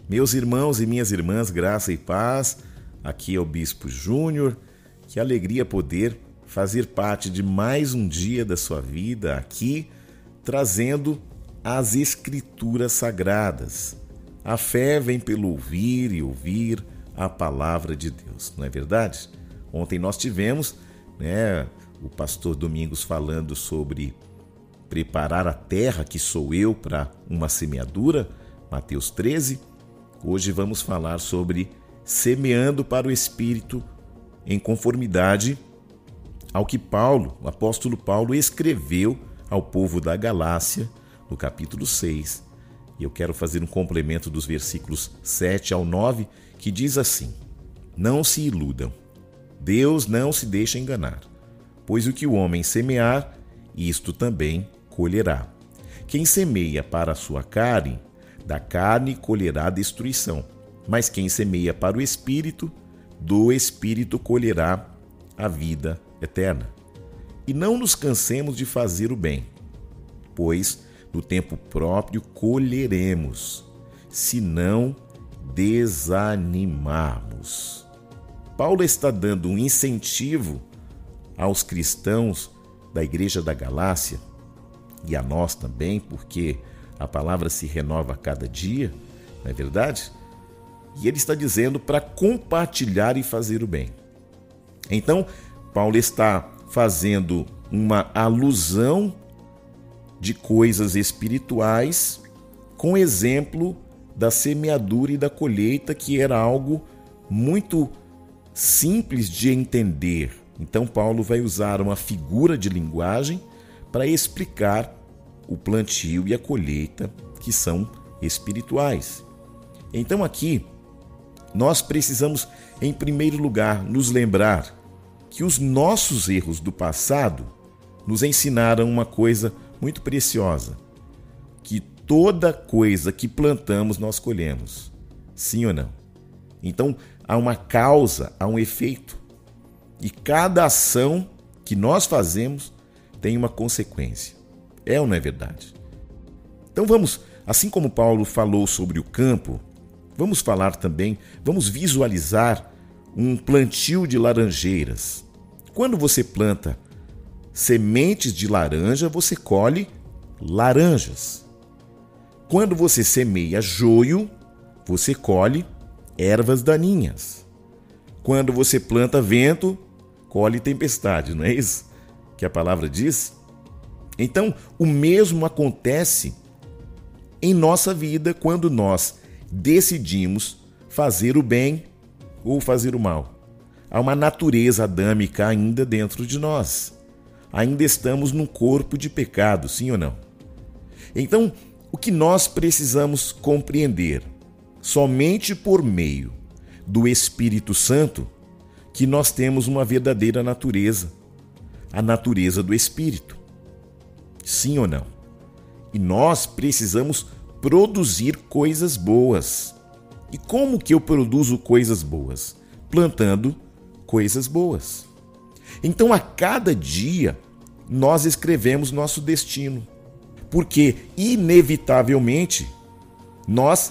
Meus irmãos e minhas irmãs, graça e paz, aqui é o Bispo Júnior. Que alegria poder fazer parte de mais um dia da sua vida aqui, trazendo as Escrituras Sagradas. A fé vem pelo ouvir e ouvir a palavra de Deus, não é verdade? Ontem nós tivemos, o pastor Domingos falando sobre preparar a terra, que sou eu, para uma semeadura, Mateus 13. Hoje vamos falar sobre semeando para o Espírito em conformidade ao que o apóstolo Paulo, escreveu ao povo da Galácia, no capítulo 6. E eu quero fazer um complemento dos versículos 7 ao 9, que diz assim: Não se iludam, Deus não se deixa enganar, pois o que o homem semear, isto também colherá. Quem semeia para a sua carne, da carne colherá destruição, mas quem semeia para o Espírito, do Espírito colherá a vida eterna. E não nos cansemos de fazer o bem, pois no tempo próprio colheremos, se não desanimarmos. Paulo está dando um incentivo aos cristãos da Igreja da Galácia, e a nós também, porque a palavra se renova a cada dia, não é verdade? E ele está dizendo para compartilhar e fazer o bem. Então, Paulo está fazendo uma alusão de coisas espirituais com exemplo da semeadura e da colheita, que era algo muito simples de entender. Então, Paulo vai usar uma figura de linguagem para explicar o plantio e a colheita, que são espirituais. Então, aqui, nós precisamos, em primeiro lugar, nos lembrar que os nossos erros do passado nos ensinaram uma coisa muito preciosa, que toda coisa que plantamos nós colhemos, sim ou não? Então, há uma causa, há um efeito, e cada ação que nós fazemos tem uma consequência. É ou não é verdade? Então vamos, assim como Paulo falou sobre o campo, vamos falar também, vamos visualizar um plantio de laranjeiras. Quando você planta sementes de laranja, você colhe laranjas. Quando você semeia joio, você colhe ervas daninhas. Quando você planta vento, colhe tempestade, não é isso que a palavra diz? Então, o mesmo acontece em nossa vida quando nós decidimos fazer o bem ou fazer o mal. Há uma natureza adâmica ainda dentro de nós. Ainda estamos num corpo de pecado, sim ou não? Então, o que nós precisamos compreender, somente por meio do Espírito Santo, que nós temos uma verdadeira natureza, a natureza do Espírito. Sim ou não? E nós precisamos produzir coisas boas. E como que eu produzo coisas boas? Plantando coisas boas. Então, a cada dia, nós escrevemos nosso destino. Porque, inevitavelmente, nós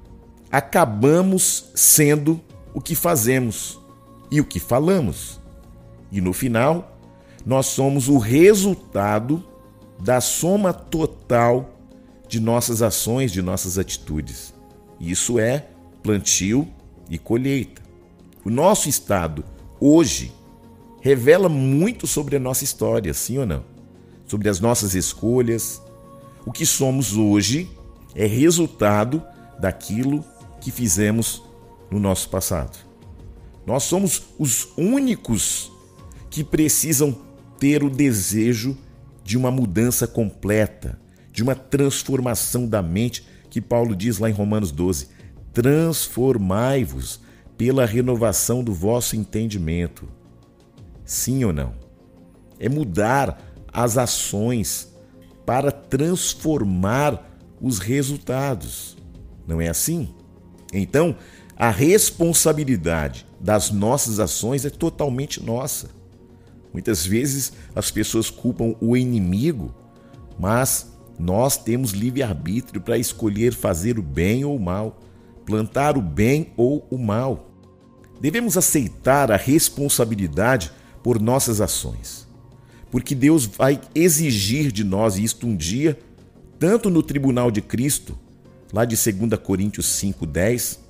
acabamos sendo o que fazemos e o que falamos. E, no final, nós somos o resultado da soma total de nossas ações, de nossas atitudes. Isso é plantio e colheita. O nosso estado hoje revela muito sobre a nossa história, sim ou não? Sobre as nossas escolhas. O que somos hoje é resultado daquilo que fizemos no nosso passado. Nós somos os únicos que precisam ter o desejo de uma mudança completa, de uma transformação da mente, que Paulo diz lá em Romanos 12, transformai-vos pela renovação do vosso entendimento. Sim ou não? É mudar as ações para transformar os resultados. Não é assim? Então, a responsabilidade das nossas ações é totalmente nossa. Muitas vezes as pessoas culpam o inimigo, mas nós temos livre-arbítrio para escolher fazer o bem ou o mal. plantar o bem ou o mal. Devemos aceitar a responsabilidade por nossas ações, porque Deus vai exigir de nós isto um dia, tanto no tribunal de Cristo, lá de 2 Coríntios 5:10,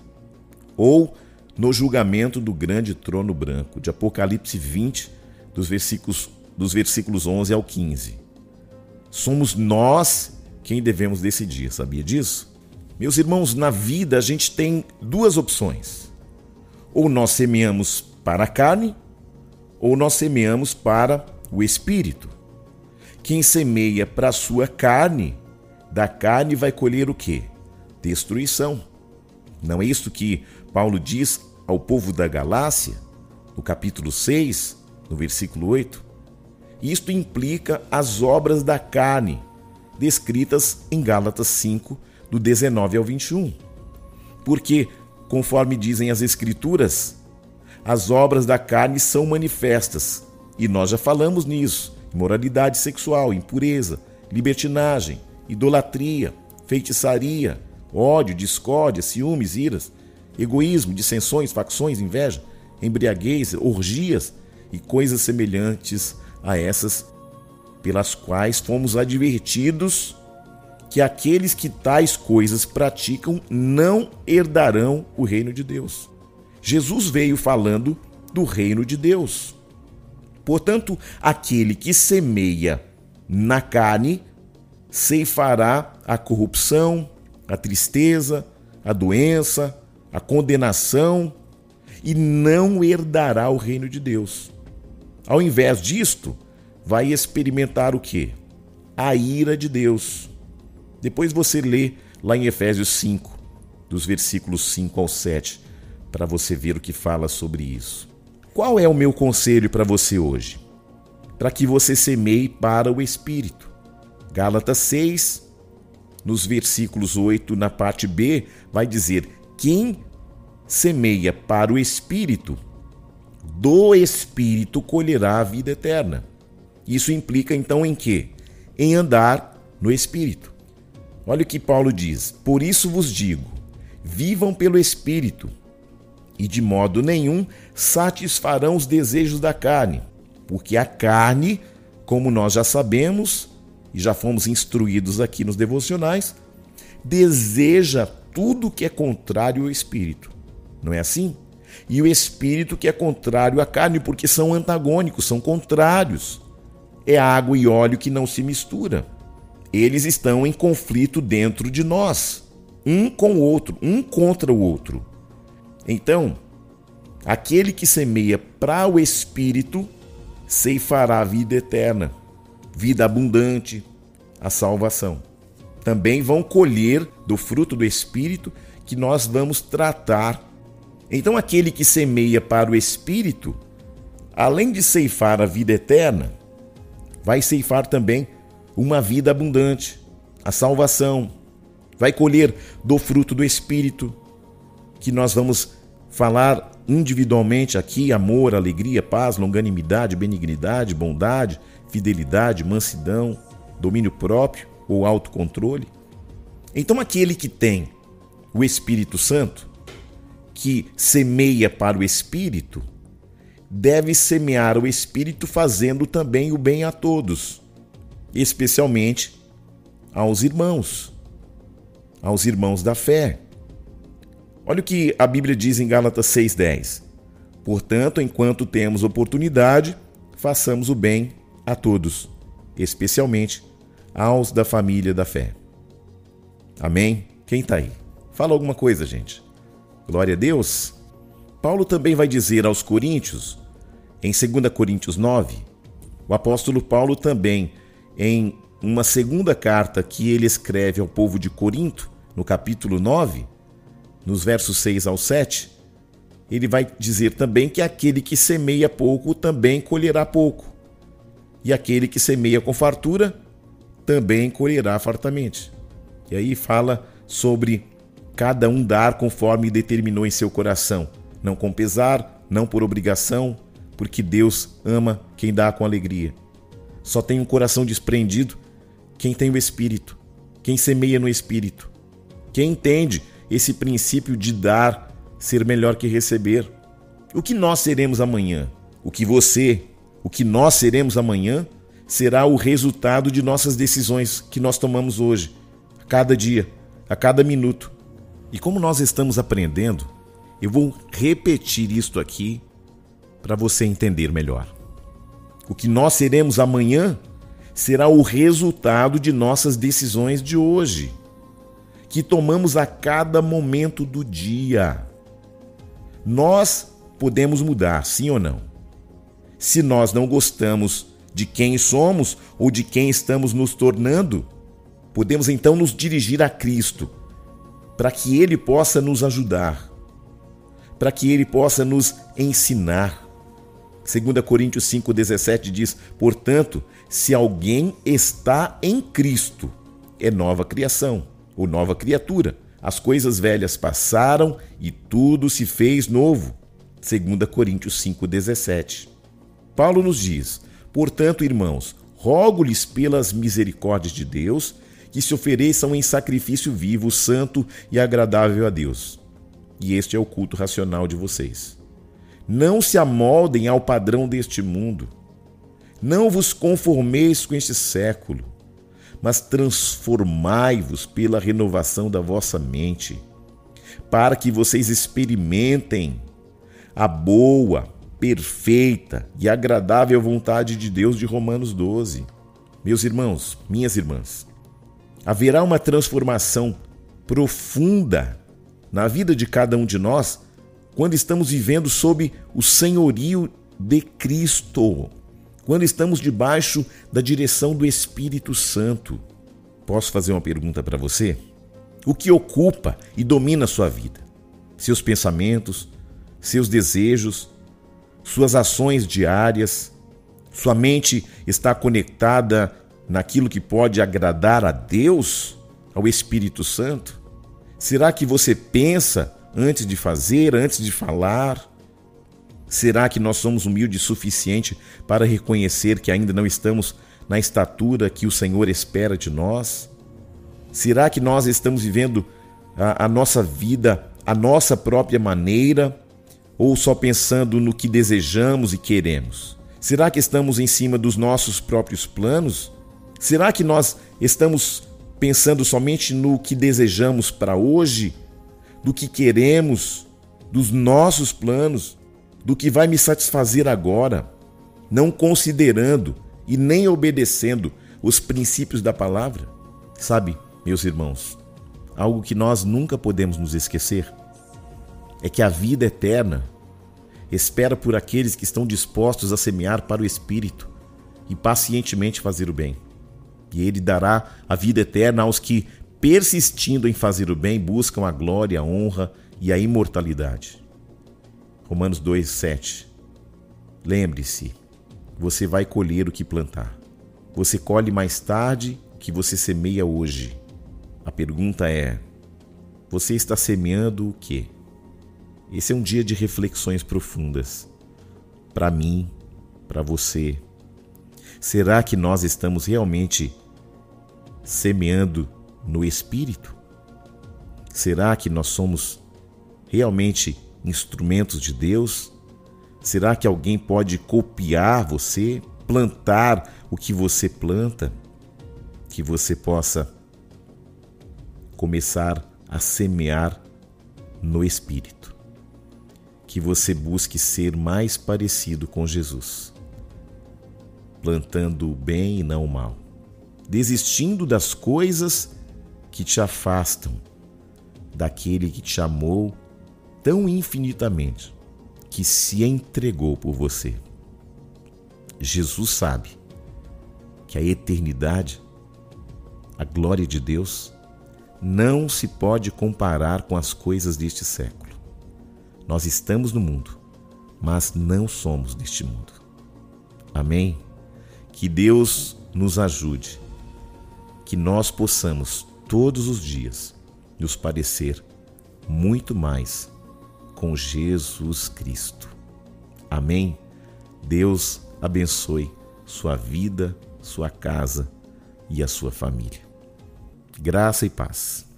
ou no julgamento do grande trono branco, de Apocalipse 20, dos versículos 11 ao 15. Somos nós quem devemos decidir, sabia disso? Meus irmãos, na vida a gente tem duas opções. Ou nós semeamos para a carne, ou nós semeamos para o espírito. Quem semeia para a sua carne, da carne vai colher o quê? Destruição. Não é isso que Paulo diz ao povo da Galácia, no capítulo 6, no versículo 8? Isto implica as obras da carne, descritas em Gálatas 5, do 19 ao 21. Porque, conforme dizem as Escrituras, as obras da carne são manifestas, e nós já falamos nisso: imoralidade sexual, impureza, libertinagem, idolatria, feitiçaria, ódio, discórdia, ciúmes, iras, egoísmo, dissensões, facções, inveja, embriaguez, orgias e coisas semelhantes a essas, pelas quais fomos advertidos que aqueles que tais coisas praticam não herdarão o reino de Deus. Jesus veio falando do reino de Deus. Portanto, aquele que semeia na carne ceifará a corrupção, a tristeza, a doença, a condenação e não herdará o reino de Deus. Ao invés disto, vai experimentar o quê? A ira de Deus. Depois você lê lá em Efésios 5, dos versículos 5 ao 7, para você ver o que fala sobre isso. Qual é o meu conselho para você hoje? Para que você semeie para o Espírito. Gálatas 6, nos versículos 8, na parte B, vai dizer: quem semeia para o Espírito, do Espírito colherá a vida eterna. Isso implica então em quê? Em andar no Espírito. Olha o que Paulo diz: por isso vos digo, vivam pelo Espírito, e de modo nenhum satisfarão os desejos da carne, porque a carne, como nós já sabemos, e já fomos instruídos aqui nos devocionais, deseja tudo que é contrário ao Espírito. Não é assim? E o Espírito que é contrário à carne, porque são antagônicos, são contrários. É água e óleo que não se mistura. Eles estão em conflito dentro de nós, um com o outro, um contra o outro. Então, aquele que semeia para o Espírito ceifará a vida eterna, vida abundante, a salvação. Também vão colher do fruto do Espírito que nós vamos tratar. Então, aquele que semeia para o Espírito, além de ceifar a vida eterna, vai ceifar também uma vida abundante, a salvação. Vai colher do fruto do Espírito, que nós vamos falar individualmente aqui: amor, alegria, paz, longanimidade, benignidade, bondade, fidelidade, mansidão, domínio próprio ou autocontrole. Então, aquele que tem o Espírito Santo, que semeia para o Espírito, deve semear o Espírito fazendo também o bem a todos, especialmente aos irmãos da fé. Olha o que a Bíblia diz em Gálatas 6:10. Portanto, enquanto temos oportunidade, façamos o bem a todos, especialmente aos da família da fé. Amém? Quem está aí? Fala alguma coisa, gente. Glória a Deus. Paulo também vai dizer aos coríntios, em 2 Coríntios 9, o apóstolo Paulo também, em uma segunda carta que ele escreve ao povo de Corinto, no capítulo 9, nos versos 6 ao 7, ele vai dizer também que aquele que semeia pouco também colherá pouco, e aquele que semeia com fartura também colherá fartamente. E aí fala sobre cada um dar conforme determinou em seu coração, não com pesar, não por obrigação, porque Deus ama quem dá com alegria. Só tem um coração desprendido quem tem o Espírito, quem semeia no Espírito, quem entende esse princípio de dar ser melhor que receber. O que nós seremos amanhã, o que nós seremos amanhã, será o resultado de nossas decisões que nós tomamos hoje, a cada dia, a cada minuto. E como nós estamos aprendendo, eu vou repetir isto aqui para você entender melhor. O que nós seremos amanhã será o resultado de nossas decisões de hoje, que tomamos a cada momento do dia. Nós podemos mudar, sim ou não? Se nós não gostamos de quem somos ou de quem estamos nos tornando, podemos então nos dirigir a Cristo, para que Ele possa nos ajudar, para que Ele possa nos ensinar. 2 Coríntios 5,17 diz: portanto, se alguém está em Cristo, é nova criação, ou nova criatura. As coisas velhas passaram e tudo se fez novo. 2 Coríntios 5,17. Paulo nos diz: portanto, irmãos, rogo-lhes pelas misericórdias de Deus que se ofereçam em sacrifício vivo, santo e agradável a Deus. E este é o culto racional de vocês. Não se amoldem ao padrão deste mundo. Não vos conformeis com este século, mas transformai-vos pela renovação da vossa mente, para que vocês experimentem a boa, perfeita e agradável vontade de Deus, de Romanos 12. Meus irmãos, minhas irmãs, haverá uma transformação profunda na vida de cada um de nós quando estamos vivendo sob o senhorio de Cristo, quando estamos debaixo da direção do Espírito Santo. Posso fazer uma pergunta para você? O que ocupa e domina a sua vida? Seus pensamentos, seus desejos, suas ações diárias? Sua mente está conectada naquilo que pode agradar a Deus, ao Espírito Santo? Será que você pensa antes de fazer, antes de falar? Será que nós somos humildes o suficiente para reconhecer que ainda não estamos na estatura que o Senhor espera de nós? Será que nós estamos vivendo a nossa vida, a nossa própria maneira, ou só pensando no que desejamos e queremos? Será que estamos em cima dos nossos próprios planos? Será que nós estamos pensando somente no que desejamos para hoje, do que queremos, dos nossos planos, do que vai me satisfazer agora, não considerando e nem obedecendo os princípios da palavra? Sabe, meus irmãos, algo que nós nunca podemos nos esquecer é que a vida eterna espera por aqueles que estão dispostos a semear para o Espírito e pacientemente fazer o bem. E Ele dará a vida eterna aos que, persistindo em fazer o bem, buscam a glória, a honra e a imortalidade. Romanos 2,7. Lembre-se, você vai colher o que plantar. Você colhe mais tarde o que você semeia hoje. A pergunta é: você está semeando o quê? Esse é um dia de reflexões profundas. Para mim, para você. Será que nós estamos realmente semeando no Espírito? Será que nós somos realmente instrumentos de Deus? Será que alguém pode copiar você, plantar o que você planta? Que você possa começar a semear no Espírito. Que você busque ser mais parecido com Jesus, plantando o bem e não o mal, desistindo das coisas que te afastam daquele que te amou tão infinitamente, que se entregou por você. Jesus sabe que a eternidade, a glória de Deus, não se pode comparar com as coisas deste século. Nós estamos no mundo, mas não somos deste mundo. Amém? Que Deus nos ajude, que nós possamos todos os dias nos parecer muito mais com Jesus Cristo. Amém? Deus abençoe sua vida, sua casa e a sua família. Graça e paz.